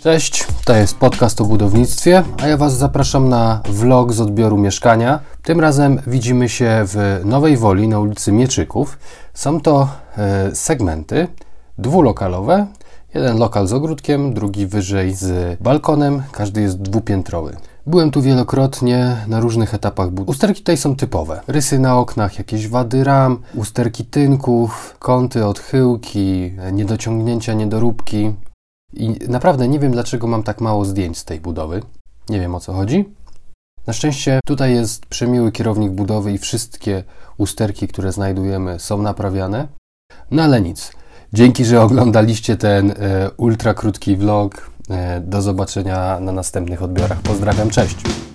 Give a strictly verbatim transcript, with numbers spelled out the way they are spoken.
Cześć, to jest podcast o budownictwie, a ja Was zapraszam na vlog z odbioru mieszkania. Tym razem widzimy się w Nowej Woli na ulicy Mieczyków. Są to e, segmenty dwulokalowe. Jeden lokal z ogródkiem, drugi wyżej z balkonem, każdy jest dwupiętrowy. Byłem tu wielokrotnie na różnych etapach budowy. Usterki tutaj są typowe. Rysy na oknach, jakieś wady ram, usterki tynków, kąty, odchyłki, niedociągnięcia, niedoróbki. I naprawdę nie wiem, dlaczego mam tak mało zdjęć z tej budowy. Nie wiem, o co chodzi. Na szczęście tutaj jest przemiły kierownik budowy i wszystkie usterki, które znajdujemy, są naprawiane. No ale nic. Dzięki, że oglądaliście ten e, ultra krótki vlog. E, do zobaczenia na następnych odbiorach. Pozdrawiam, cześć!